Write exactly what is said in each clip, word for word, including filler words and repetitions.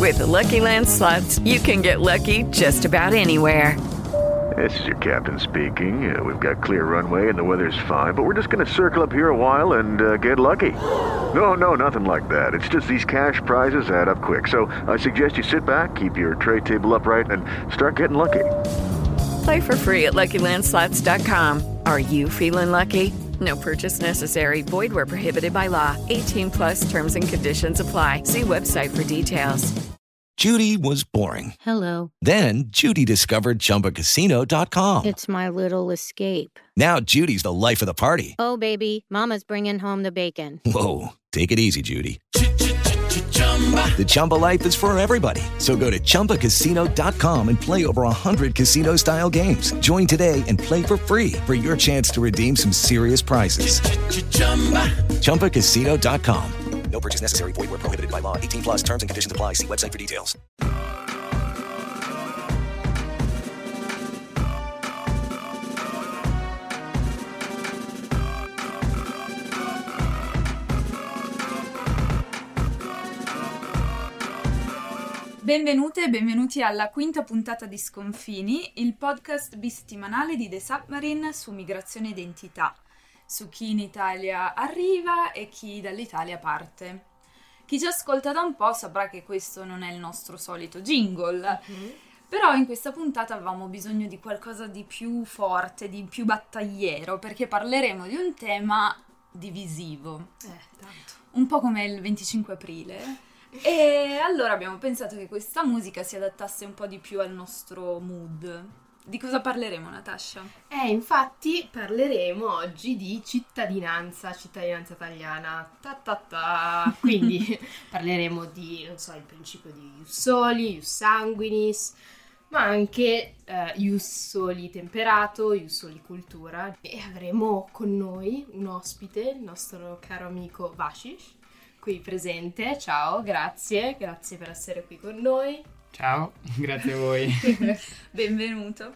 With the Lucky Land Slots, you can get lucky just about anywhere. This is your captain speaking. Uh, we've got clear runway and the weather's fine, but we're just going to circle up here a while and uh, get lucky. No, no, nothing like that. It's just these cash prizes add up quick. So I suggest you sit back, keep your tray table upright, and start getting lucky. Play for free at Lucky Land Slots dot com. Are you feeling lucky? No purchase necessary. Void where prohibited by law. eighteen plus terms and conditions apply. See website for details. Judy was boring. Hello. Then Judy discovered Chumba Casino dot com. It's my little escape. Now Judy's the life of the party. Oh, baby, mama's bringing home the bacon. Whoa, take it easy, Judy. The Chumba life is for everybody. So go to Chumba Casino dot com and play over one hundred casino-style games. Join today and play for free for your chance to redeem some serious prizes. Chumba Casino dot com. No purchase necessary. Void where prohibited by law. eighteen plus terms and conditions apply. See website for details. Benvenute e benvenuti alla quinta puntata di Sconfini, il podcast bisettimanale di The Submarine su migrazione e identità, su chi in Italia arriva e chi dall'Italia parte. Chi ci ascolta da un po' saprà che questo non è il nostro solito jingle, mm-hmm. Però in questa puntata avevamo bisogno di qualcosa di più forte, di più battagliero, perché parleremo di un tema divisivo, eh, tanto. Un po' come il venticinque aprile. E allora abbiamo pensato che questa musica si adattasse un po' di più al nostro mood. Di cosa parleremo, Natascia? Eh, infatti parleremo oggi di cittadinanza, cittadinanza italiana. Ta ta ta. Quindi parleremo di, non so, il principio di ius soli, ius sanguinis, ma anche uh, ius soli temperato, ius soli cultura. E avremo con noi un ospite, il nostro caro amico Vashish, qui presente. Ciao, grazie, grazie per essere qui con noi. Ciao, grazie a voi. Benvenuto.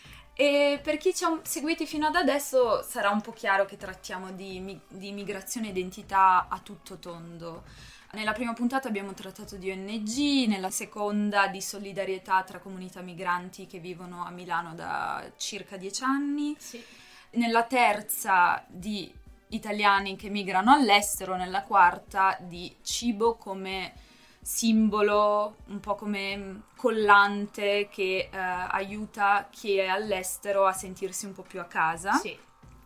E per chi ci ha seguiti fino ad adesso sarà un po' chiaro che trattiamo di, di migrazione e identità a tutto tondo. Nella prima puntata abbiamo trattato di O N G, nella seconda di solidarietà tra comunità migranti che vivono a Milano da circa dieci anni, sì. Nella terza di italiani che migrano all'estero, nella quarta di cibo come simbolo, un po' come collante che eh, aiuta chi è all'estero a sentirsi un po' più a casa. Sì.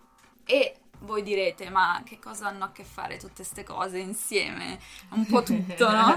E voi direte, ma che cosa hanno a che fare tutte queste cose insieme? Un po' tutto, no?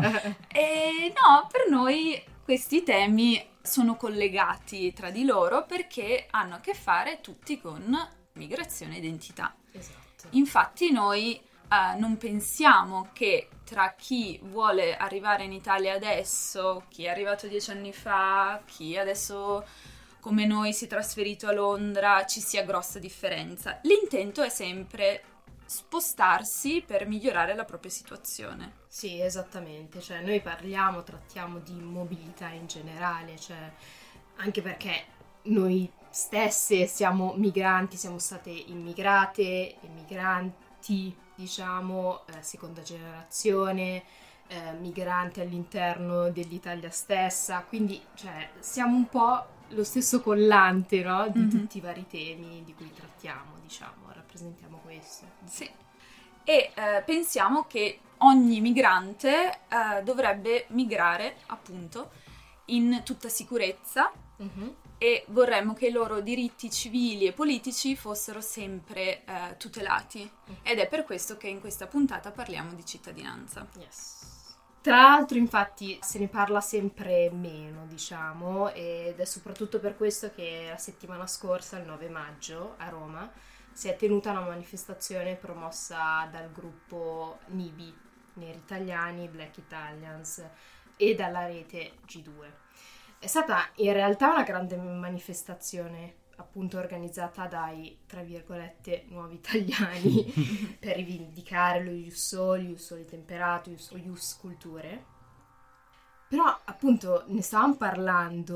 E no, per noi questi temi sono collegati tra di loro perché hanno a che fare tutti con migrazione e identità. Esatto. Infatti noi eh, non pensiamo che tra chi vuole arrivare in Italia adesso, chi è arrivato dieci anni fa, chi adesso come noi si è trasferito a Londra, ci sia grossa differenza. L'intento è sempre spostarsi per migliorare la propria situazione. Sì, esattamente. Cioè noi parliamo, trattiamo di mobilità in generale, cioè anche perché noi stesse siamo migranti, siamo state immigrate, immigranti, diciamo, eh, seconda generazione, eh, migranti all'interno dell'Italia stessa, quindi cioè siamo un po' lo stesso collante, no? Di mm-hmm. tutti i vari temi di cui trattiamo, diciamo, rappresentiamo questo. Sì. E eh, pensiamo che ogni migrante eh, dovrebbe migrare, appunto, in tutta sicurezza, mm-hmm. e vorremmo che i loro diritti civili e politici fossero sempre eh, tutelati. Mm. Ed è per questo che in questa puntata parliamo di cittadinanza. Yes. Tra l'altro, infatti, se ne parla sempre meno, diciamo, ed è soprattutto per questo che la settimana scorsa, il nove maggio, a Roma, si è tenuta una manifestazione promossa dal gruppo N I B I, Neri Italiani, Black Italians, e dalla rete G due. È stata in realtà una grande manifestazione, appunto organizzata dai, tra virgolette, nuovi italiani per rivendicare lo ius soli, ius soli temperato, ius, ius culture. Però appunto ne stavamo parlando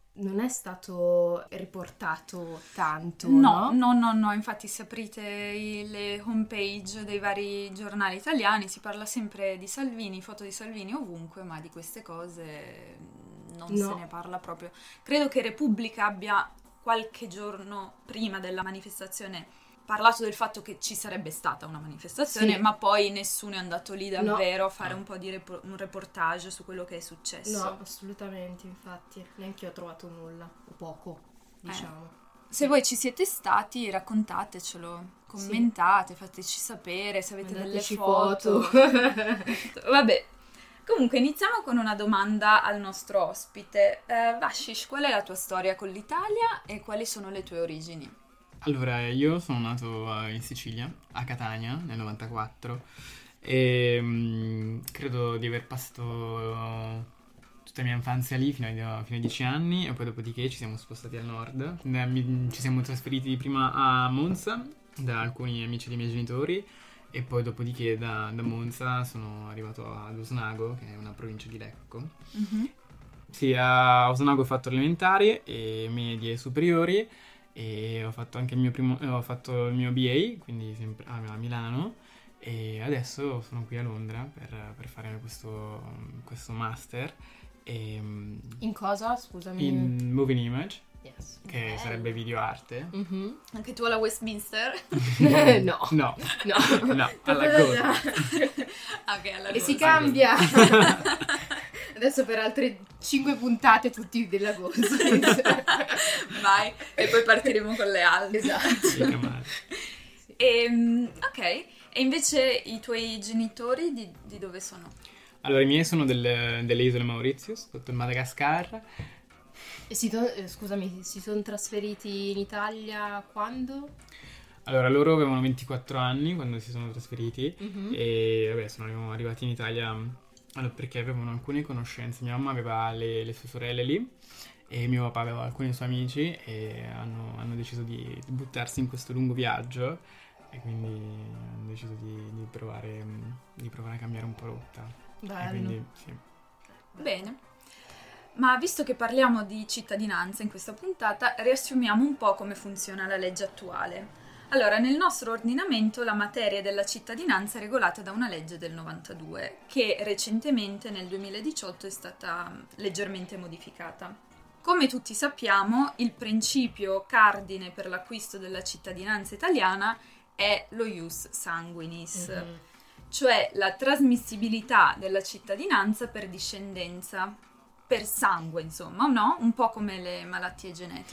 non è stato riportato tanto, No, no? no, no, no, infatti se aprite i- le homepage dei vari giornali italiani si parla sempre di Salvini, foto di Salvini ovunque, ma di queste cose non No. se ne parla proprio. Credo che Repubblica abbia qualche giorno prima della manifestazione parlato del fatto che ci sarebbe stata una manifestazione, Sì. ma poi nessuno è andato lì davvero No. a fare un po' di repo- un reportage su quello che è successo. No, assolutamente, infatti. Neanche io ho trovato nulla, o poco, diciamo. Se voi ci siete stati, raccontatecelo, commentate, fateci sapere se avete Mandateci delle foto. foto. Vabbè, comunque iniziamo con una domanda al nostro ospite. Eh, Vashish, qual è la tua storia con l'Italia e quali sono le tue origini? Allora, io sono nato eh, in Sicilia, a Catania, nel novantaquattro e mm, credo di aver passato eh, tutta la mia infanzia lì fino ai, fino ai dieci anni e poi dopodiché ci siamo spostati al nord. Eh, mi- ci siamo trasferiti prima a Monza da alcuni amici dei miei genitori e poi dopodiché da, da Monza sono arrivato ad Osnago, che è una provincia di Lecco. Sì, a Osnago ho fatto elementari e medie e superiori e ho fatto anche il mio primo, eh, ho fatto il mio B A, quindi sempre a Milano, e adesso sono qui a Londra per, per fare questo, questo master e, In cosa, scusami? in Moving Image, Yes. che Bello. sarebbe videoarte. Mhm. Anche tu alla Westminster? No. No, No. no, alla coda. Ok, alla E si Rose. cambia. Adesso per altre cinque puntate tutti della Ghost. Vai, e poi partiremo con le altre. Esatto. Sì, che male. Ehm, ok, e invece i tuoi genitori di, di dove sono? Allora, i miei sono delle, delle isole Mauritius, sotto il Madagascar. E si to- eh, scusami, si sono trasferiti in Italia quando? Allora, loro avevano ventiquattro anni quando si sono trasferiti Mhm. e vabbè, sono arrivati in Italia allora, perché avevano alcune conoscenze. Mia mamma aveva le, le sue sorelle lì e mio papà aveva alcuni suoi amici e hanno, hanno deciso di, di buttarsi in questo lungo viaggio e quindi hanno deciso di, di provare, di provare a cambiare un po' rotta. E Bello. quindi, sì. Bene, ma visto che parliamo di cittadinanza in questa puntata, riassumiamo un po' come funziona la legge attuale. Allora, nel nostro ordinamento la materia della cittadinanza è regolata da una legge del novantadue, che recentemente nel duemiladiciotto è stata leggermente modificata. Come tutti sappiamo, il principio cardine per l'acquisto della cittadinanza italiana è lo ius sanguinis, Mhm. cioè la trasmissibilità della cittadinanza per discendenza, per sangue, insomma, no? Un po' come le malattie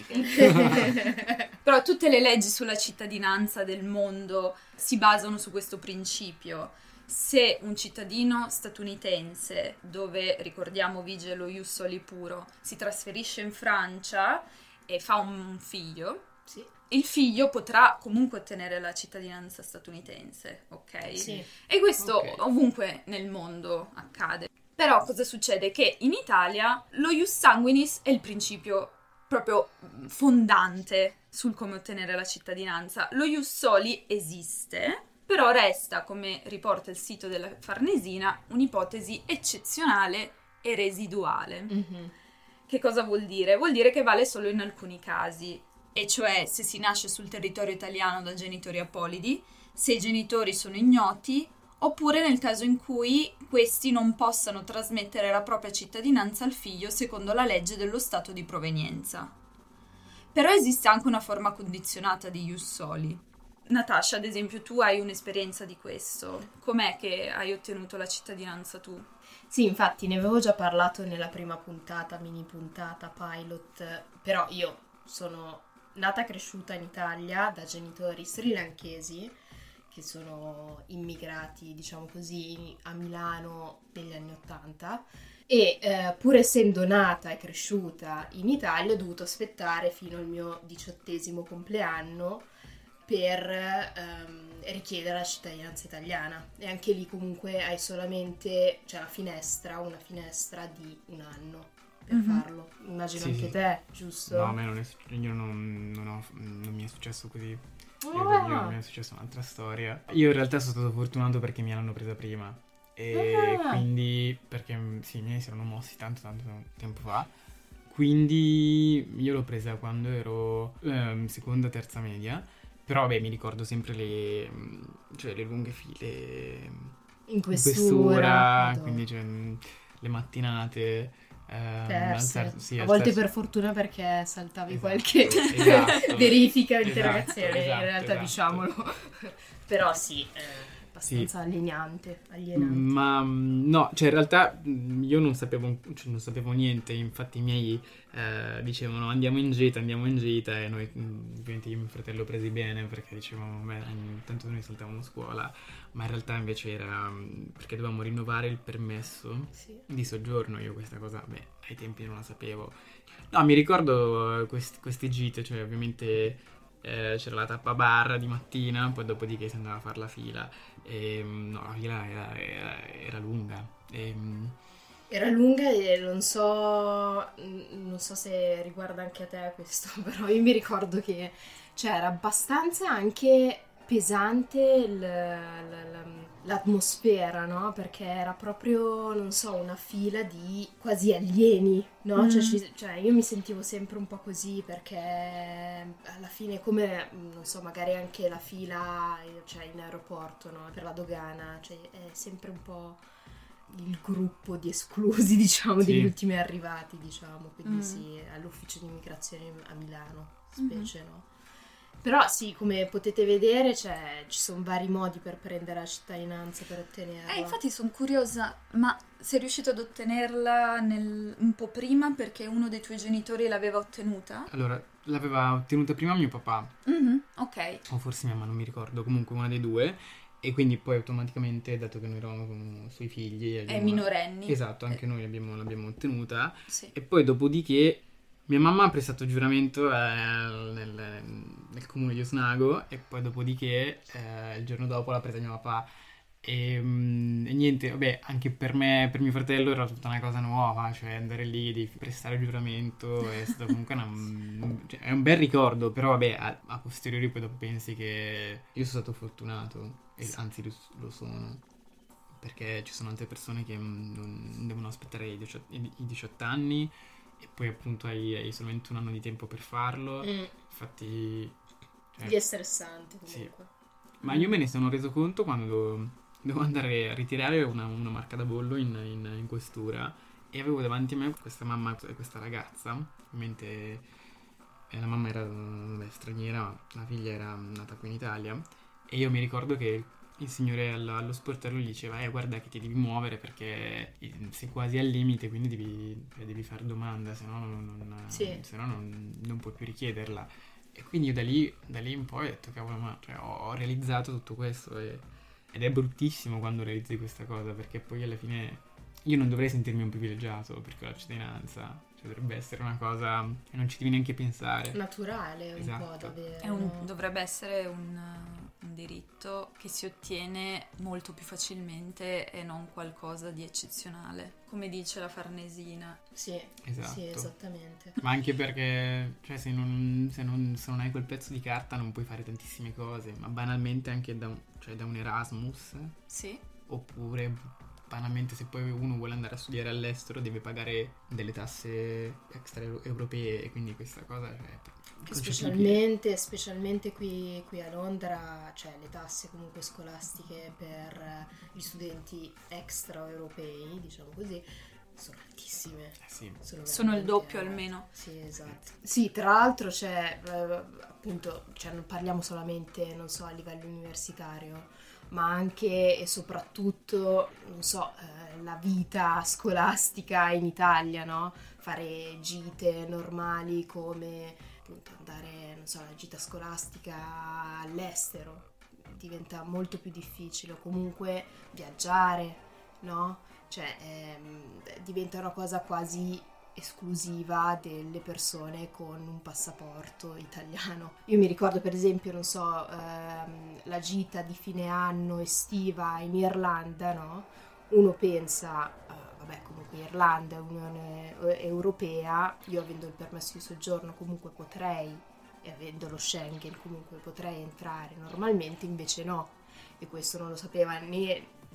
genetiche. Però tutte le leggi sulla cittadinanza del mondo si basano su questo principio. Se un cittadino statunitense, dove ricordiamo vige lo ius soli puro, si trasferisce in Francia e fa un figlio, Sì. il figlio potrà comunque ottenere la cittadinanza statunitense, ok? Sì. E questo Ok. ovunque nel mondo accade. Però cosa succede? Che in Italia lo ius sanguinis è il principio proprio fondante sul come ottenere la cittadinanza. Lo ius soli esiste, però resta, come riporta il sito della Farnesina, un'ipotesi eccezionale e residuale. Mhm. Che cosa vuol dire? Vuol dire che vale solo in alcuni casi, e cioè se si nasce sul territorio italiano da genitori apolidi, se i genitori sono ignoti, oppure nel caso in cui questi non possano trasmettere la propria cittadinanza al figlio secondo la legge dello stato di provenienza. Però esiste anche una forma condizionata di ius soli. Natasha, ad esempio, tu hai un'esperienza di questo. Com'è che hai ottenuto la cittadinanza tu? Sì, infatti ne avevo già parlato nella prima puntata, mini puntata, pilot, però io sono nata e cresciuta in Italia da genitori srilankesi che sono immigrati, diciamo così, a Milano negli anni Ottanta e eh, pur essendo nata e cresciuta in Italia ho dovuto aspettare fino al mio diciottesimo compleanno per ehm, richiedere la cittadinanza italiana e anche lì comunque hai solamente, cioè la finestra, una finestra di un anno per Mhm. farlo. Immagino Sì, anche sì. te, giusto? No, a me non è suc- io non, non ho- non mi è successo così. Io, Ah. io- mi è successa un'altra storia. Io in realtà sono stato fortunato perché mi hanno presa prima. E Ah. quindi, perché sì, i miei si erano mossi tanto tanto tempo fa. quindi io l'ho presa quando ero ehm, seconda, terza media, però beh, mi ricordo sempre le, cioè, le lunghe file in questura, in quindi cioè, le mattinate. Ehm, Perse. alzar- sì, a volte alzarsi- per fortuna perché saltavi Esatto, qualche esatto. verifica o Esatto, interrogazione, esatto, in realtà esatto. diciamolo. Però sì, è abbastanza alienante, alienante. Ma mh, no, cioè in realtà mh, io non sapevo, cioè, non sapevo niente, infatti i miei eh, dicevano andiamo in gita, andiamo in gita e noi mh, ovviamente io e mio fratello presi bene perché dicevamo beh, tanto noi saltavamo scuola, ma in realtà invece era mh, perché dovevamo rinnovare il permesso Sì. di soggiorno, io questa cosa beh ai tempi non la sapevo. No, mi ricordo eh, questi, queste gite, cioè ovviamente eh, c'era la tappa bar di mattina, poi dopodiché si andava a fare la fila. E, no, la fila era, era, era lunga. E, Era lunga e non so, non so se riguarda anche a te questo, però io mi ricordo che cioè, era abbastanza anche pesante il- l- l- l'atmosfera, no? Perché era proprio, non so, una fila di quasi alieni, no? Mm. Cioè, ci- cioè, io mi sentivo sempre un po' così perché alla fine come, non so, magari anche la fila cioè, in aeroporto, no? Per la dogana, cioè è sempre un po' il gruppo di esclusi, diciamo, Sì. degli ultimi arrivati, diciamo, quindi Mm. sì, all'ufficio di immigrazione a Milano, specie, no? Però sì, come potete vedere, cioè, ci sono vari modi per prendere la cittadinanza, per ottenerla. Eh, infatti sono curiosa, ma sei riuscito ad ottenerla nel- un po' prima perché uno dei tuoi genitori l'aveva ottenuta? allora, l'aveva ottenuta prima mio papà, Mhm, ok. o forse mia mamma, non mi ricordo, comunque una dei due, e quindi poi automaticamente, dato che noi eravamo suoi figli... È abbiamo- minorenni. Esatto, anche noi l'abbiamo, l'abbiamo ottenuta. Sì. E poi dopodiché mia mamma ha prestato giuramento eh, nel, nel comune di Osnago e poi dopodiché eh, il giorno dopo l'ha presa mio papà e, mm, e niente, vabbè, anche per me, per mio fratello era tutta una cosa nuova, cioè andare lì, di prestare il giuramento è stato comunque una, cioè, è un bel ricordo, però vabbè, a, a posteriori poi dopo pensi che io sono stato fortunato, e, anzi lo, lo sono, perché ci sono altre persone che mm, non devono aspettare i diciotto, i diciotto anni e poi appunto hai, hai solamente un anno di tempo per farlo. Mm, Infatti cioè, Gli è stressante sì. comunque. ma io me ne sono reso conto quando dovevo, dovevo andare a ritirare una, una marca da bollo in, in, in questura e avevo davanti a me questa mamma e questa ragazza, ovviamente eh, la mamma era beh, straniera, ma la figlia era nata qui in Italia e io mi ricordo che il signore allo, allo sportello gli diceva eh guarda che ti devi muovere perché sei quasi al limite, quindi devi, devi fare domanda, se no non, non, Sì. se no non, non puoi più richiederla. E quindi io da lì, da lì in poi ho detto cavolo, ma cioè, ho, ho realizzato tutto questo e, ed è bruttissimo quando realizzi questa cosa perché poi alla fine io non dovrei sentirmi un privilegiato perché ho la cittadinanza, cioè dovrebbe essere una cosa e non ci devi neanche pensare. Naturale un Esatto. po' davvero. È un- dovrebbe essere un, un diritto che si ottiene molto più facilmente e non qualcosa di eccezionale, come dice la Farnesina. Sì, Esatto. sì, esattamente. Ma anche perché cioè, se, non, se, non, se non hai quel pezzo di carta non puoi fare tantissime cose, ma banalmente anche da un, cioè, da un Erasmus, Sì? oppure banalmente se poi uno vuole andare a studiare all'estero deve pagare delle tasse extra europee e quindi questa cosa cioè, Che concepibile. specialmente, specialmente qui, qui a Londra, cioè le tasse comunque scolastiche per eh, gli studenti extraeuropei, diciamo così, sono altissime. Eh sì. Sono il veramente- doppio almeno. Sì, esatto. Sì, tra l'altro c'è, eh, appunto, cioè non parliamo solamente, non so, a livello universitario, ma anche e soprattutto, non so, eh, la vita scolastica in Italia, no? Fare gite normali come appunto andare, non so, la gita scolastica all'estero diventa molto più difficile, o comunque viaggiare, no? Cioè ehm, diventa una cosa quasi esclusiva delle persone con un passaporto italiano. Io mi ricordo per esempio, non so, ehm, la gita di fine anno estiva in Irlanda, no? Uno pensa, eh, vabbè comunque Irlanda è Unione Europea, io avendo il permesso di soggiorno comunque potrei, e avendo lo Schengen comunque potrei entrare normalmente, invece no. E questo non lo sapeva né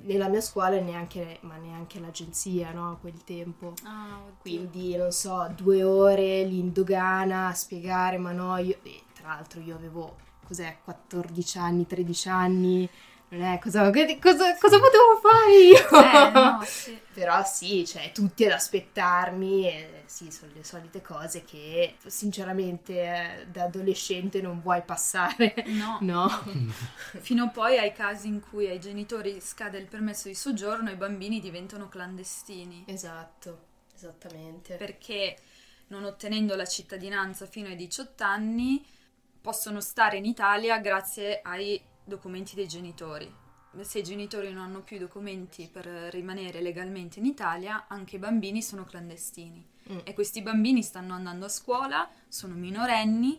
nella mia scuola neanche, ma neanche l'agenzia, no, a quel tempo. Ah, oddio. Quindi, non so, due ore lì in dogana a spiegare, ma no, io... E tra l'altro io avevo, cos'è, quattordici anni, tredici anni... Non è cosa, cosa, cosa potevo fare io? Eh, no, sì. Però sì, cioè tutti ad aspettarmi e sì, sono le solite cose che sinceramente eh, da adolescente non vuoi passare. No. No. Fino poi ai casi in cui ai genitori scade il permesso di soggiorno e i bambini diventano clandestini. Esatto, esattamente. Perché non ottenendo la cittadinanza fino ai diciotto anni possono stare in Italia grazie ai documenti dei genitori. Se i genitori non hanno più documenti per rimanere legalmente in Italia, anche i bambini sono clandestini. Mm. E questi bambini stanno andando a scuola, sono minorenni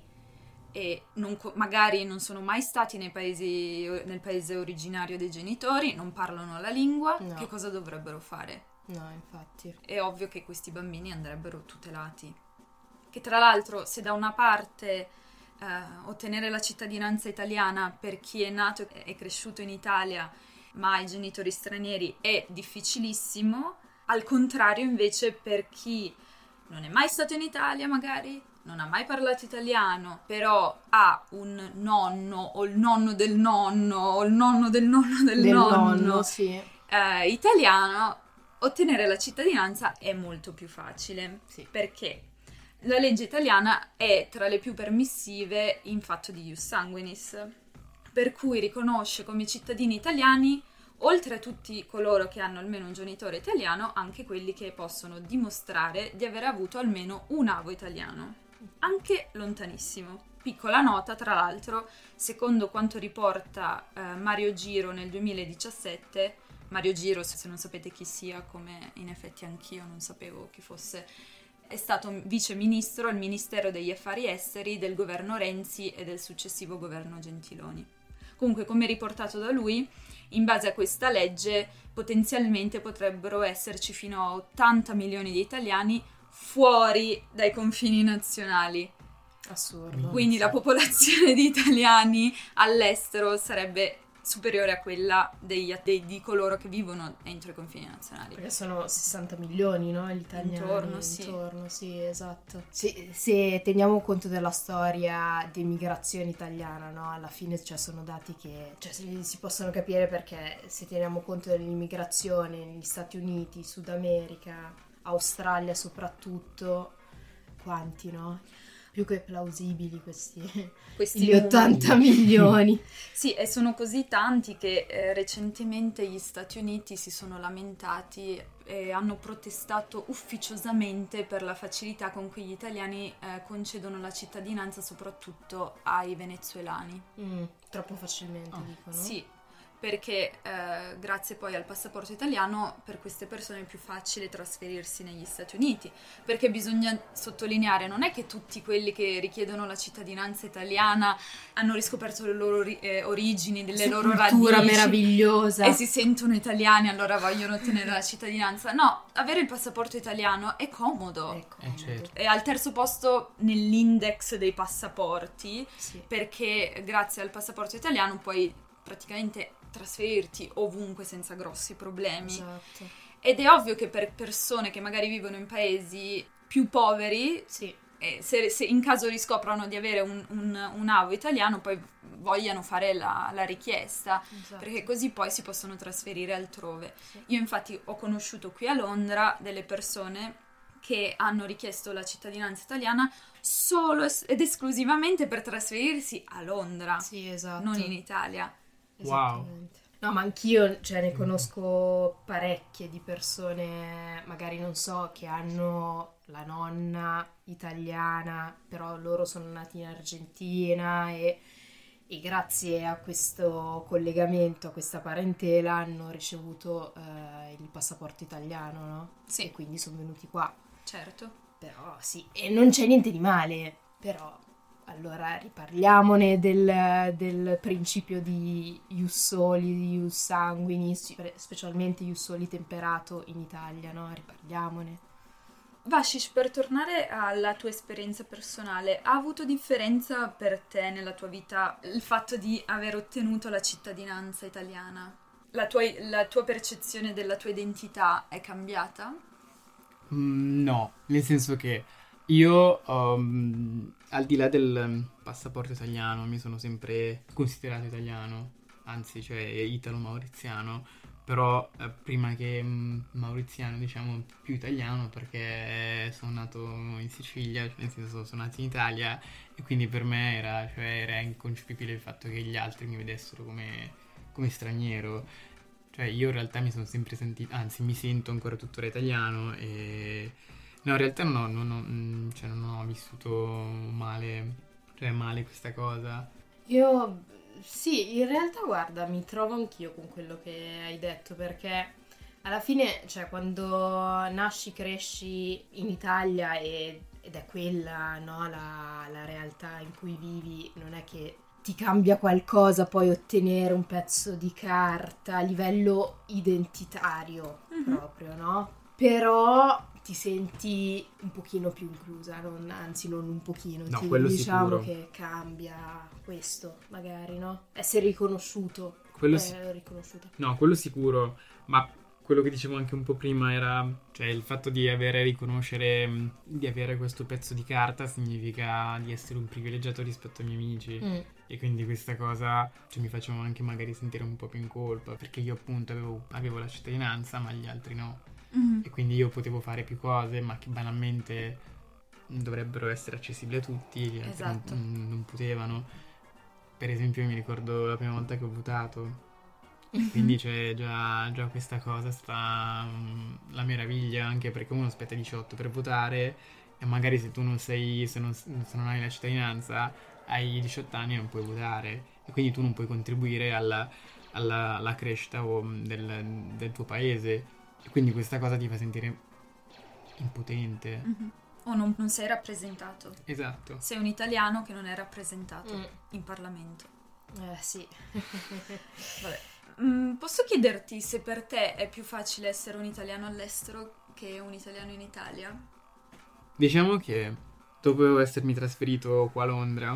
e non, magari non sono mai stati nei paesi, nel paese originario dei genitori, non parlano la lingua, no. Che cosa dovrebbero fare? No, infatti. È ovvio che questi bambini andrebbero tutelati. Che tra l'altro, se da una parte Uh, ottenere la cittadinanza italiana per chi è nato e cresciuto in Italia ma ha i genitori stranieri è difficilissimo, al contrario invece per chi non è mai stato in Italia magari, non ha mai parlato italiano, però ha un nonno o il nonno del nonno o il nonno del nonno del, del nonno, nonno sì. uh, italiano, ottenere la cittadinanza è molto più facile. Sì. Perché? La legge italiana è tra le più permissive in fatto di ius sanguinis, per cui riconosce come cittadini italiani, oltre a tutti coloro che hanno almeno un genitore italiano, anche quelli che possono dimostrare di aver avuto almeno un avo italiano, anche lontanissimo. Piccola nota, tra l'altro, secondo quanto riporta eh, Mario Giro nel duemiladiciassette, Mario Giro, se non sapete chi sia, come in effetti anch'io non sapevo chi fosse, è stato vice ministro al Ministero degli Affari Esteri del governo Renzi e del successivo governo Gentiloni. Comunque, come riportato da lui, in base a questa legge potenzialmente potrebbero esserci fino a ottanta milioni di italiani fuori dai confini nazionali. Assurdo. Quindi la popolazione di italiani all'estero sarebbe superiore a quella degli, dei, di coloro che vivono entro i confini nazionali. Perché sono sessanta milioni, no? Gli italiani. Intorno, sì. Intorno, sì, esatto. Se, se teniamo conto della storia di emigrazione italiana, no? Alla fine, cioè, sono dati che cioè, si possono capire perché se teniamo conto dell'immigrazione negli Stati Uniti, Sud America, Australia soprattutto, quanti, no? Più che plausibili questi, questi gli ottanta milioni. Sì, e sono così tanti che eh, recentemente gli Stati Uniti si sono lamentati e hanno protestato ufficiosamente per la facilità con cui gli italiani eh, concedono la cittadinanza soprattutto ai venezuelani. Mm, troppo facilmente, oh. dicono. Sì. Perché eh, grazie poi al passaporto italiano per queste persone è più facile trasferirsi negli Stati Uniti, perché bisogna sottolineare, non è che tutti quelli che richiedono la cittadinanza italiana hanno riscoperto le loro ri- eh, origini, delle Questa loro cultura radici meravigliosa e si sentono italiani, allora vogliono ottenere la cittadinanza. No, avere il passaporto italiano è comodo, è, comodo. Eh, certo. È al terzo posto nell'index dei passaporti, sì. Perché grazie al passaporto italiano puoi praticamente trasferirti ovunque senza grossi problemi. Esatto. Ed è ovvio che per persone che magari vivono in paesi più poveri, sì. eh, se, se in caso riscoprano di avere un, un, un avo italiano, poi vogliano fare la, la richiesta, esatto. Perché così poi si possono trasferire altrove. Sì. Io infatti ho conosciuto qui a Londra delle persone che hanno richiesto la cittadinanza italiana solo ed esclusivamente per trasferirsi a Londra, sì, esatto. non in Italia. Wow. No, ma anch'io, cioè, ne conosco parecchie di persone, magari non so, che hanno la nonna italiana, però loro sono nati in Argentina e, e grazie a questo collegamento, a questa parentela, hanno ricevuto eh, il passaporto italiano, no? Sì. E quindi sono venuti qua. Certo. Però sì, e non c'è niente di male, però... Allora riparliamone del, del principio di ius soli, di ius sanguinis, specialmente ius soli temperato in Italia, no? Riparliamone. Vashish, per tornare alla tua esperienza personale, ha avuto differenza per te nella tua vita il fatto di aver ottenuto la cittadinanza italiana? la tua, la tua percezione della tua identità è cambiata? Mm, no, nel senso che io, um, al di là del passaporto italiano, mi sono sempre considerato italiano, anzi, cioè italo-mauriziano, però eh, prima che mh, mauriziano, diciamo, più italiano, perché sono nato in Sicilia, cioè nel senso sono nato in Italia, e quindi per me era, cioè, era inconcepibile il fatto che gli altri mi vedessero come, come straniero. Cioè io in realtà mi sono sempre sentito, anzi mi sento ancora tuttora italiano e... No, in realtà non ho, non ho, cioè non ho vissuto male, cioè male questa cosa. Io sì, in realtà guarda, mi trovo anch'io con quello che hai detto, perché alla fine, cioè quando nasci, cresci in Italia e, ed è quella, no, la, la realtà in cui vivi, non è che ti cambia qualcosa poi ottenere un pezzo di carta a livello identitario, mm-hmm. proprio, no? Però ti senti un pochino più inclusa, non, anzi non un pochino, no, ti, quello diciamo sicuro. Che cambia questo, magari, no? Essere riconosciuto, quello eh, si- riconosciuta. No, quello sicuro, ma quello che dicevo anche un po' prima era, cioè il fatto di avere, riconoscere, mh, di avere questo pezzo di carta significa di essere un privilegiato rispetto ai miei amici. Mm. E quindi questa cosa, cioè, mi faceva anche magari sentire un po' più in colpa, perché io appunto avevo, avevo la cittadinanza, ma gli altri no. Mm-hmm. E quindi io potevo fare più cose, ma che banalmente dovrebbero essere accessibili a tutti, gli altri Esatto. non, non potevano. Per esempio io mi ricordo la prima volta che ho votato, Mm-hmm. quindi c'è già, già questa cosa, sta um, la meraviglia, anche perché uno aspetta diciotto per votare e magari se tu non sei, se non, se non hai la cittadinanza, hai diciotto anni e non puoi votare e quindi tu non puoi contribuire alla, alla, alla crescita o, del, del tuo paese e quindi questa cosa ti fa sentire impotente. Mm-hmm. O non, non sei rappresentato. Esatto. Sei un italiano che non è rappresentato Mm. in Parlamento. Eh sì. Vabbè. Mm, posso chiederti se per te è più facile essere un italiano all'estero che un italiano in Italia? Diciamo che dopo essermi trasferito qua a Londra,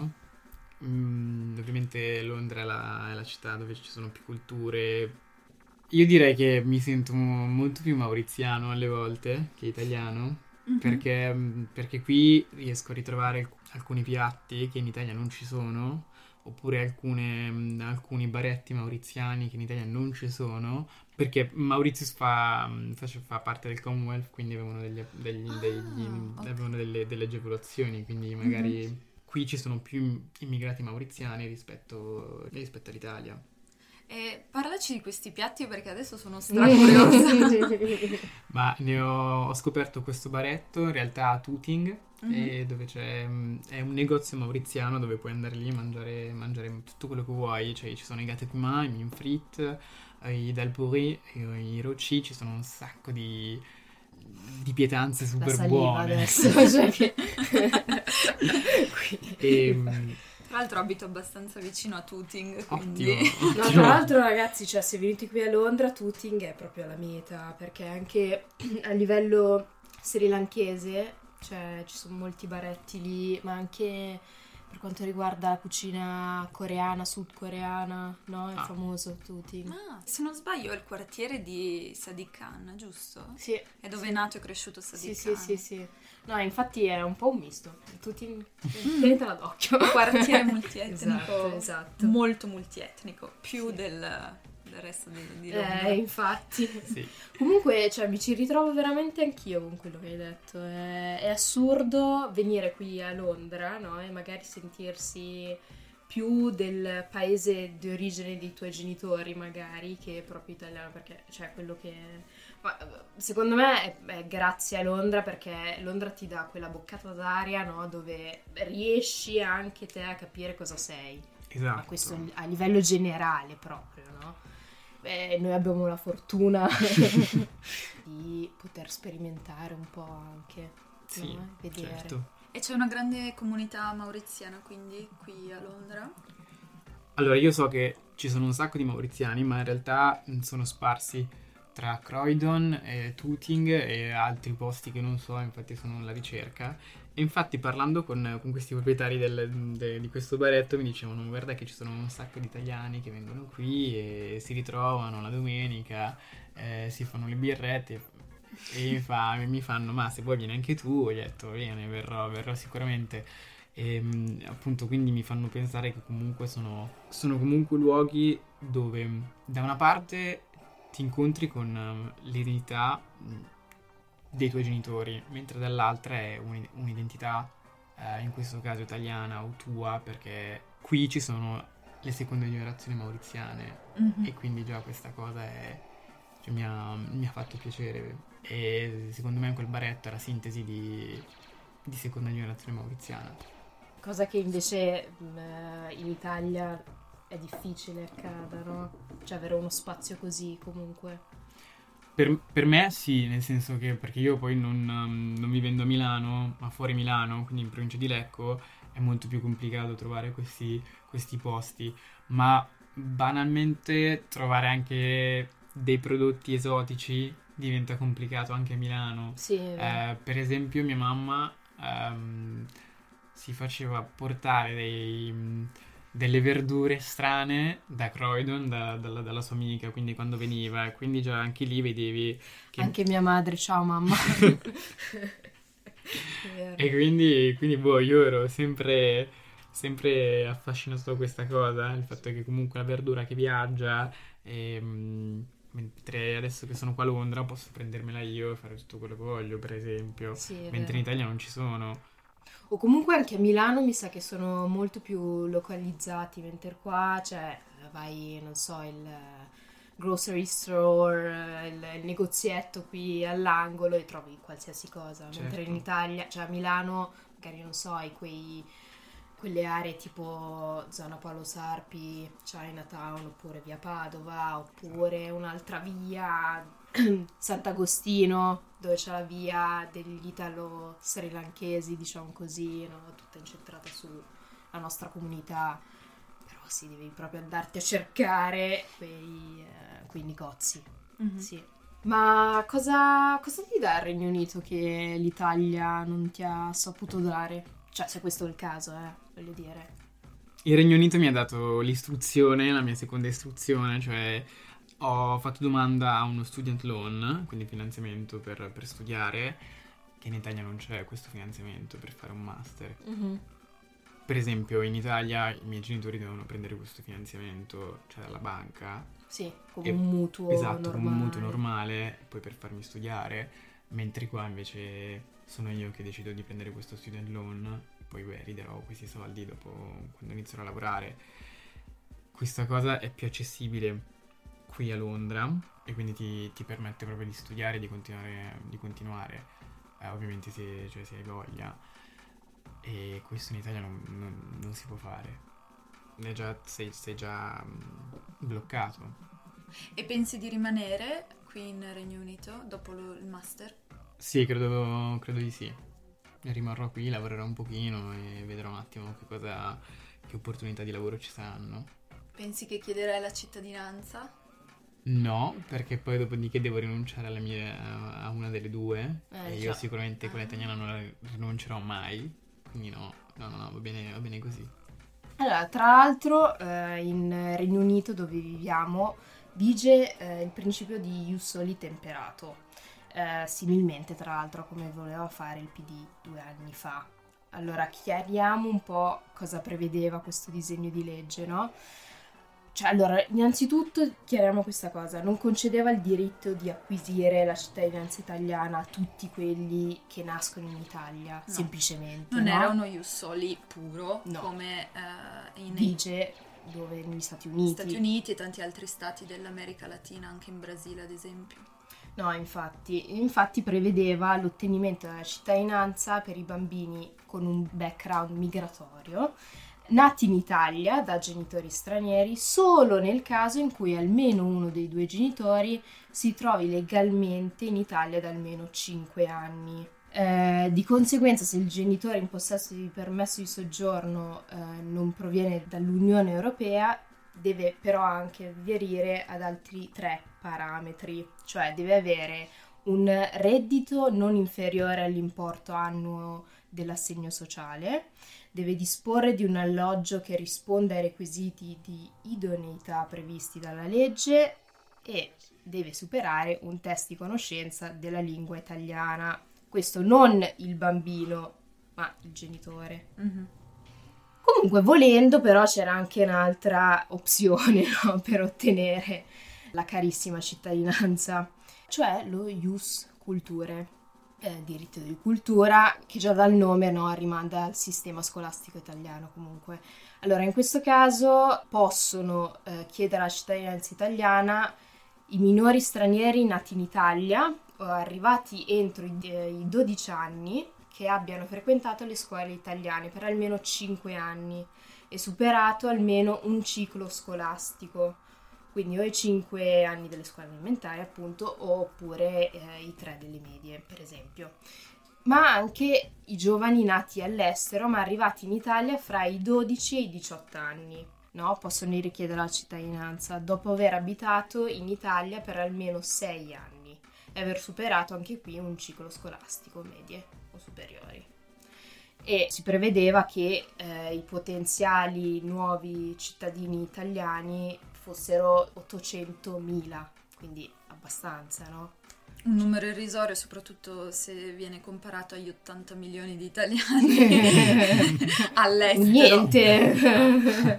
mm, ovviamente Londra è la, è la città dove ci sono più culture. Io direi che mi sento mo- molto più mauriziano alle volte che italiano, Mm-hmm. perché, mm, perché qui riesco a ritrovare alc- alcuni piatti che in Italia non ci sono, oppure alcune, mm, alcuni baretti mauriziani che in Italia non ci sono, perché Mauritius fa, mm, fa, fa parte del Commonwealth, quindi avevano, degli, degli, Ah, degli- ok. avevano delle, delle agevolazioni, quindi magari Mm-hmm. qui ci sono più immigrati mauriziani rispetto, rispetto all'Italia. E parlaci di questi piatti perché adesso sono stracuriosa. Ma ne ho, ho scoperto questo baretto in realtà a Tooting, Mhm. e dove c'è mm, è un negozio mauriziano dove puoi andare lì e mangiare, mangiare tutto quello che vuoi, cioè ci sono i gâteaux pima, i mine frites, eh, i dalpuri, i, i roci, ci sono un sacco di, di pietanze La super saliva buone. adesso, cioè che... E, mm, Tra l'altro abito abbastanza vicino a Tooting, quindi... ottimo, No, ottimo. tra l'altro ragazzi, cioè se venite qui a Londra, Tooting è proprio la meta, perché anche a livello srilankese, cioè ci sono molti baretti lì, ma anche per quanto riguarda la cucina coreana, sudcoreana, no? È Ah. famoso Tooting. Ah, se non sbaglio è il quartiere di Sadiq Khan, giusto? Sì. È dove sì. è nato e cresciuto Sadiq Sì, Khan. sì, sì, sì. No, infatti è un po' un misto. Tooting, tenetela d'occhio. Un quartiere multietnico, Esatto, esatto. molto multietnico, più Sì. del, del resto di, di Londra. Eh, infatti. Sì. Comunque, cioè, mi ci ritrovo veramente anch'io con quello che hai detto. È, è assurdo venire qui a Londra, no? E magari sentirsi più del paese di origine dei tuoi genitori, magari, che proprio italiano, perché, cioè, quello che... Ma, secondo me è, è grazie a Londra, perché Londra ti dà quella boccata d'aria, no? Dove riesci anche te a capire cosa sei. Esatto. Ma questo a livello generale proprio, no? Beh, noi abbiamo la fortuna di poter sperimentare un po' anche, Sì, no? Vedere. certo. E c'è una grande comunità mauriziana quindi qui a Londra? Allora, io so che ci sono un sacco di mauriziani, ma in realtà mh, sono sparsi tra Croydon, e Tooting e altri posti che non so, infatti sono alla ricerca. E infatti parlando con, con questi proprietari del, de, di questo baretto mi dicevano guarda che ci sono un sacco di italiani che vengono qui e si ritrovano la domenica, eh, si fanno le birrette e mi, fa, mi fanno ma se vuoi vieni anche tu. Ho detto bene, verrò, verrò sicuramente. E appunto quindi mi fanno pensare che comunque sono, sono comunque luoghi dove da una parte ti incontri con l'identità dei tuoi genitori, mentre dall'altra è un, un'identità eh, in questo caso italiana o tua, perché qui ci sono le seconde generazioni mauriziane mm-hmm. e quindi già questa cosa è, cioè, mi, ha, mi ha fatto piacere e secondo me quel baretto è la sintesi di, di seconda generazione mauriziana. Cosa che invece mh, in Italia è difficile accada, no? Cioè avere uno spazio così comunque. Per, per me sì, nel senso che perché io poi non, um, non vivendo a Milano, ma fuori Milano, quindi in provincia di Lecco, è molto più complicato trovare questi, questi posti, ma banalmente trovare anche dei prodotti esotici diventa complicato anche a Milano. Sì, eh, per esempio mia mamma um, si faceva portare dei... delle verdure strane da Croydon, da, dalla, dalla sua amica, quindi quando veniva, quindi già anche lì vedevi che... Anche mia madre, ciao mamma. E quindi, quindi boh, io ero sempre, sempre affascinato da questa cosa, il fatto che comunque la verdura che viaggia, e, mh, mentre adesso che sono qua a Londra posso prendermela io e fare tutto quello che voglio, per esempio, sì, mentre vero. in Italia non ci sono. O comunque anche a Milano mi sa che sono molto più localizzati, mentre qua, cioè, vai, non so, il grocery store, il, il negozietto qui all'angolo e trovi qualsiasi cosa, certo. Mentre in Italia, cioè a Milano, magari, non so, hai quei, quelle aree tipo zona Paolo Sarpi, Chinatown, oppure via Padova, oppure un'altra via... Sant'Agostino, dove c'è la via degli italo-sri lankesi, diciamo così, no? Tutta incentrata sulla nostra comunità, però sì, devi proprio andarti a cercare quei, eh, quei negozi. Mm-hmm. Sì. Ma cosa, cosa ti dà il Regno Unito che l'Italia non ti ha saputo dare? Cioè, se questo è il caso, eh, voglio dire. Il Regno Unito mi ha dato l'istruzione, la mia seconda istruzione, cioè... Ho fatto domanda a uno student loan, quindi finanziamento per, per studiare, che in Italia non c'è questo finanziamento per fare un master. Mm-hmm. Per esempio in Italia i miei genitori devono prendere questo finanziamento, cioè dalla banca. Sì, come e, un mutuo esatto, normale. come un mutuo normale, poi per farmi studiare, mentre qua invece sono io che decido di prendere questo student loan, poi beh, riderò questi soldi dopo quando inizierò a lavorare. Questa cosa è più accessibile qui a Londra e quindi ti, ti permette proprio di studiare e di continuare, di continuare. Eh, ovviamente se, cioè, se hai voglia, e questo in Italia non, non, non si può fare, è già, sei, sei già mh, bloccato. E pensi di rimanere qui in Regno Unito dopo lo, il master? Sì, credo, credo di sì, rimarrò qui, lavorerò un pochino e vedrò un attimo che cosa, che opportunità di lavoro ci saranno. Pensi che chiederai la cittadinanza? No, perché poi dopodiché devo rinunciare alla mia, a una delle due eh, e io già. Sicuramente quella italiana non la rinuncerò mai, quindi no, no, no, no, va bene, va bene così. Allora, tra l'altro eh, in Regno Unito dove viviamo vige eh, il principio di ius soli temperato, eh, similmente tra l'altro a come voleva fare il P D due anni fa. Allora, chiariamo un po' cosa prevedeva questo disegno di legge, no? Cioè, allora, innanzitutto chiariamo questa cosa, non concedeva il diritto di acquisire la cittadinanza italiana a tutti quelli che nascono in Italia, no. Semplicemente. Non no? era uno ius soli puro, no. come uh, in vige dove negli Stati Uniti. Stati Uniti e tanti altri stati dell'America Latina, anche in Brasile ad esempio. No, infatti, infatti prevedeva l'ottenimento della cittadinanza per i bambini con un background migratorio, nati in Italia da genitori stranieri solo nel caso in cui almeno uno dei due genitori si trovi legalmente in Italia da almeno cinque anni. Eh, di conseguenza, se il genitore in possesso di permesso di soggiorno eh, non proviene dall'Unione Europea, deve però anche aderire ad altri tre parametri, cioè deve avere un reddito non inferiore all'importo annuo dell'assegno sociale, deve disporre di un alloggio che risponda ai requisiti di idoneità previsti dalla legge e deve superare un test di conoscenza della lingua italiana. Questo non il bambino, ma il genitore. Mm-hmm. Comunque, volendo, però c'era anche un'altra opzione, no, per ottenere la carissima cittadinanza, cioè lo ius culturae, eh, diritto di cultura, che già dal nome, no, rimanda al sistema scolastico italiano comunque. Allora, in questo caso possono eh, chiedere la cittadinanza italiana i minori stranieri nati in Italia o arrivati entro i, eh, i dodici anni che abbiano frequentato le scuole italiane per almeno cinque anni e superato almeno un ciclo scolastico, quindi o i cinque anni delle scuole elementari appunto, oppure eh, i tre delle medie per esempio. Ma anche i giovani nati all'estero ma arrivati in Italia fra i dodici e i diciotto anni, no? Possono richiedere la cittadinanza dopo aver abitato in Italia per almeno sei anni e aver superato anche qui un ciclo scolastico medie o superiori. E si prevedeva che eh, i potenziali nuovi cittadini italiani fossero ottocentomila, quindi abbastanza, no? Un numero irrisorio, soprattutto se viene comparato agli ottanta milioni di italiani all'estero. Niente!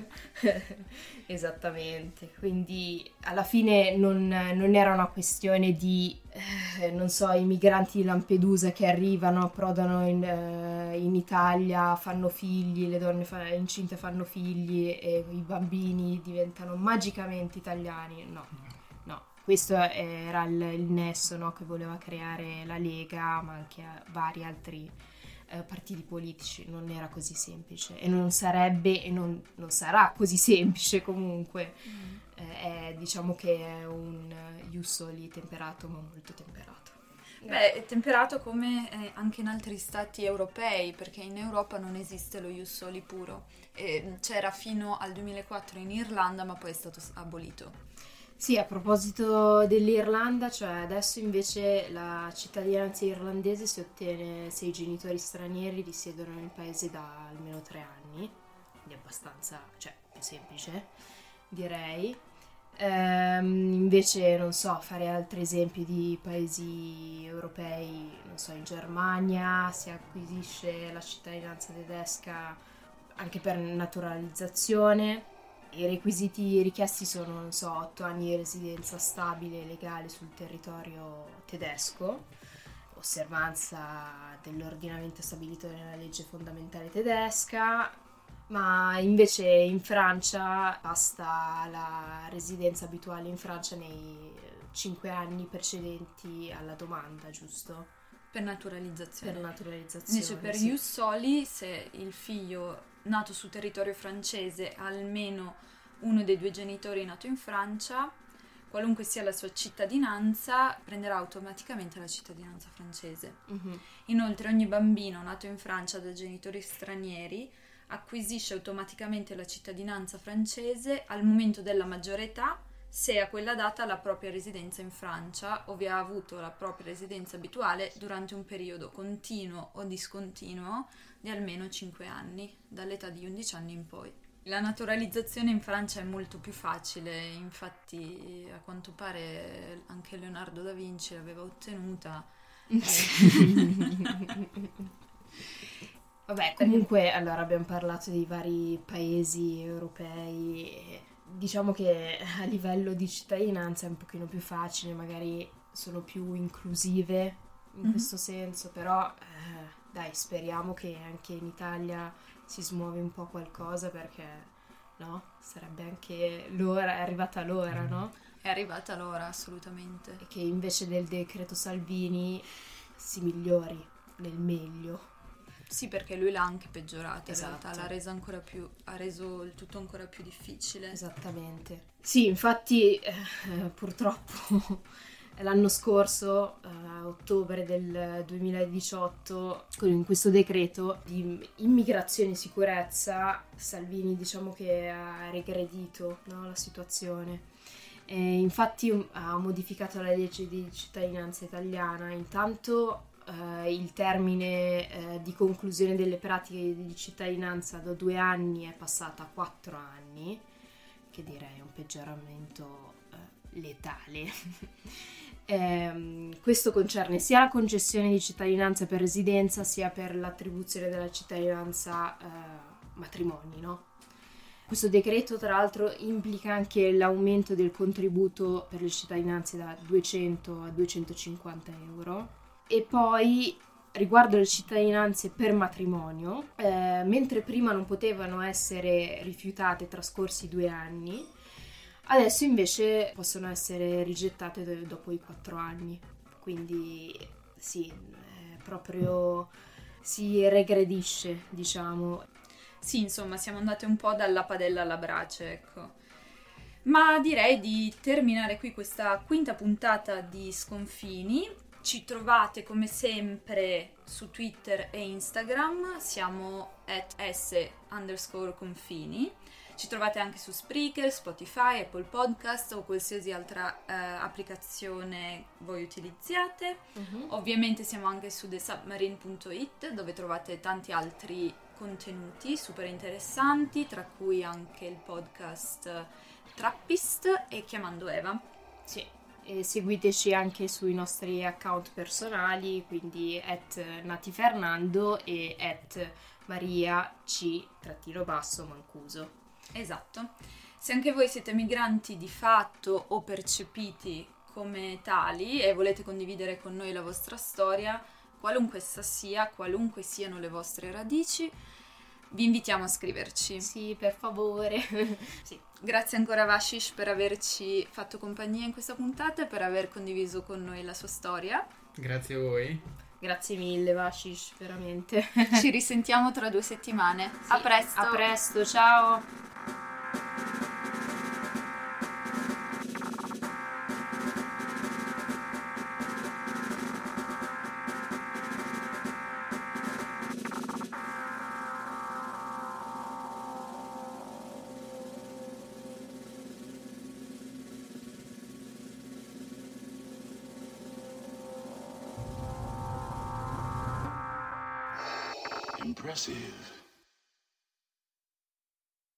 Esattamente, quindi alla fine non, non era una questione di, eh, non so, i migranti di Lampedusa che arrivano, approdano in, eh, in Italia, fanno figli, le donne fa- incinte fanno figli e i bambini diventano magicamente italiani, no. Questo era il, il nesso, no, che voleva creare la Lega, ma anche vari altri eh, partiti politici. Non era così semplice e non sarebbe e non, non sarà così semplice comunque. Mm. Eh, è, diciamo che è un ius soli temperato, ma molto temperato. Beh, è temperato come eh, anche in altri stati europei, perché in Europa non esiste lo ius soli puro. E c'era fino al duemilaquattro in Irlanda, ma poi è stato abolito. Sì, a proposito dell'Irlanda, cioè adesso invece la cittadinanza irlandese si ottiene se i genitori stranieri risiedono nel paese da almeno tre anni, quindi abbastanza, cioè, più semplice, direi. Ehm, invece, non so, fare altri esempi di paesi europei, non so, in Germania si acquisisce la cittadinanza tedesca anche per naturalizzazione. I requisiti richiesti sono, non so, otto anni di residenza stabile e legale sul territorio tedesco, osservanza dell'ordinamento stabilito nella legge fondamentale tedesca, ma invece in Francia basta la residenza abituale in Francia nei cinque anni precedenti alla domanda, giusto? Per naturalizzazione. Per naturalizzazione, Invece per sì. ius soli, se il figlio nato sul territorio francese ha almeno uno dei due genitori nato in Francia, qualunque sia la sua cittadinanza, prenderà automaticamente la cittadinanza francese. Mm-hmm. Inoltre ogni bambino nato in Francia da genitori stranieri acquisisce automaticamente la cittadinanza francese al momento della maggiore età, se a quella data ha la propria residenza in Francia o vi ha avuto la propria residenza abituale durante un periodo continuo o discontinuo di almeno cinque anni, dall'età di undici anni in poi. La naturalizzazione in Francia è molto più facile, infatti a quanto pare anche Leonardo da Vinci l'aveva ottenuta. Vabbè, comunque, allora abbiamo parlato di vari paesi europei. Diciamo che a livello di cittadinanza è un pochino più facile, magari sono più inclusive in mm-hmm. questo senso, però eh, dai, speriamo che anche in Italia si smuove un po' qualcosa, perché no, sarebbe anche l'ora, è arrivata l'ora, no? È arrivata l'ora, assolutamente. E che invece del decreto Salvini si migliori nel meglio. Sì, perché lui l'ha anche peggiorata, esatto. In realtà l'ha resa ancora più, ha reso il tutto ancora più difficile. Esattamente. Sì, infatti eh, purtroppo L'anno scorso, a ottobre del duemiladiciotto, con questo decreto di immigrazione e sicurezza, Salvini diciamo che ha regredito, no, la situazione. E infatti ha modificato la legge di cittadinanza italiana. Intanto eh, il termine eh, di conclusione delle pratiche di cittadinanza da due anni è passata a quattro anni, che direi è un peggioramento eh, letale. Eh, questo concerne sia la concessione di cittadinanza per residenza sia per l'attribuzione della cittadinanza eh, matrimoni, no? Questo decreto tra l'altro implica anche l'aumento del contributo per le cittadinanze da duecento a duecentocinquanta euro. E poi riguardo le cittadinanze per matrimonio, eh, mentre prima non potevano essere rifiutate trascorsi due anni, adesso invece possono essere rigettate dopo i quattro anni, quindi sì, eh, proprio si regredisce, diciamo. Sì, insomma, siamo andate un po' dalla padella alla brace, ecco. Ma direi di terminare qui questa quinta puntata di Sconfini. Ci trovate come sempre su Twitter e Instagram, siamo at s underscore confini. Ci trovate anche su Spreaker, Spotify, Apple Podcast o qualsiasi altra eh, applicazione voi utilizziate. Uh-huh. Ovviamente siamo anche su the submarine punto it, dove trovate tanti altri contenuti super interessanti, tra cui anche il podcast Trappist e Chiamando Eva. Sì, e seguiteci anche sui nostri account personali, quindi at natifernando e at maria c trattino basso mancuso. Esatto. Se anche voi siete migranti di fatto o percepiti come tali e volete condividere con noi la vostra storia, qualunque essa sia, qualunque siano le vostre radici, vi invitiamo a scriverci. Sì, per favore. Sì. Grazie ancora Vashish per averci fatto compagnia in questa puntata e per aver condiviso con noi la sua storia. Grazie a voi. Grazie mille Vashish, veramente. Ci risentiamo tra due settimane. Sì, a presto. A presto, ciao. Impressive.